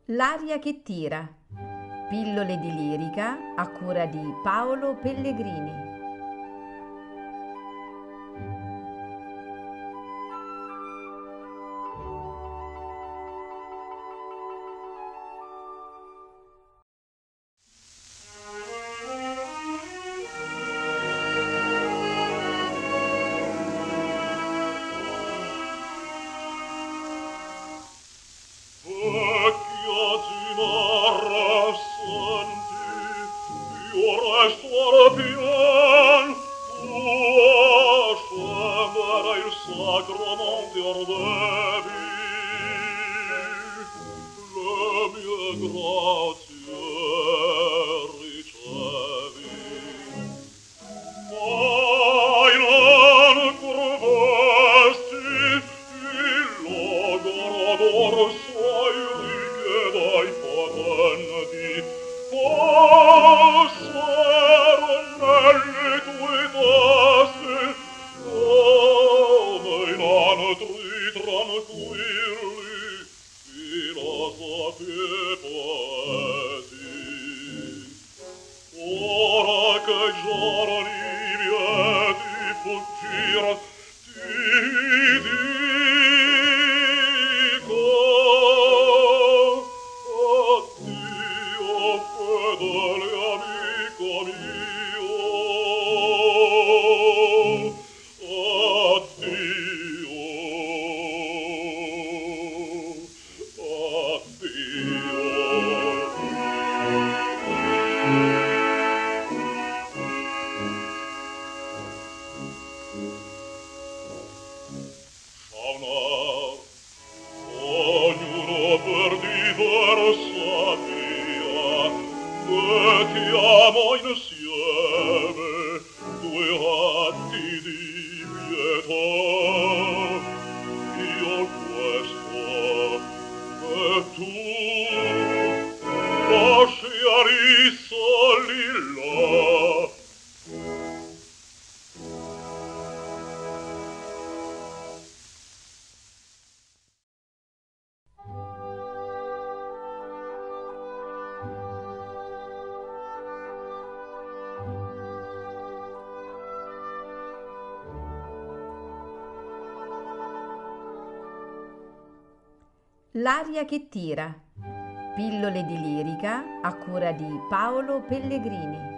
L'aria che tira. Pillole di lirica a cura di Paolo Pellegrini. Vecchia cimarra, senti, io resto al pian, tua scendere il sacro monte ardevi, le mie grazie ricevi. Ma non curvasti il logoro d'orso ai richiedai potenti, passero nelle tue tasche come in altri tranquilli filosofi e poeti. Ora che i giorni mieti fuggiran, ti dico addio, fedele amico mio, addio. Ognuno per diversa via, e ti amo insieme, due atti di pietà. Io questo, e tu lasciari soli là. L'aria che tira. Pillole di lirica a cura di Paolo Pellegrini.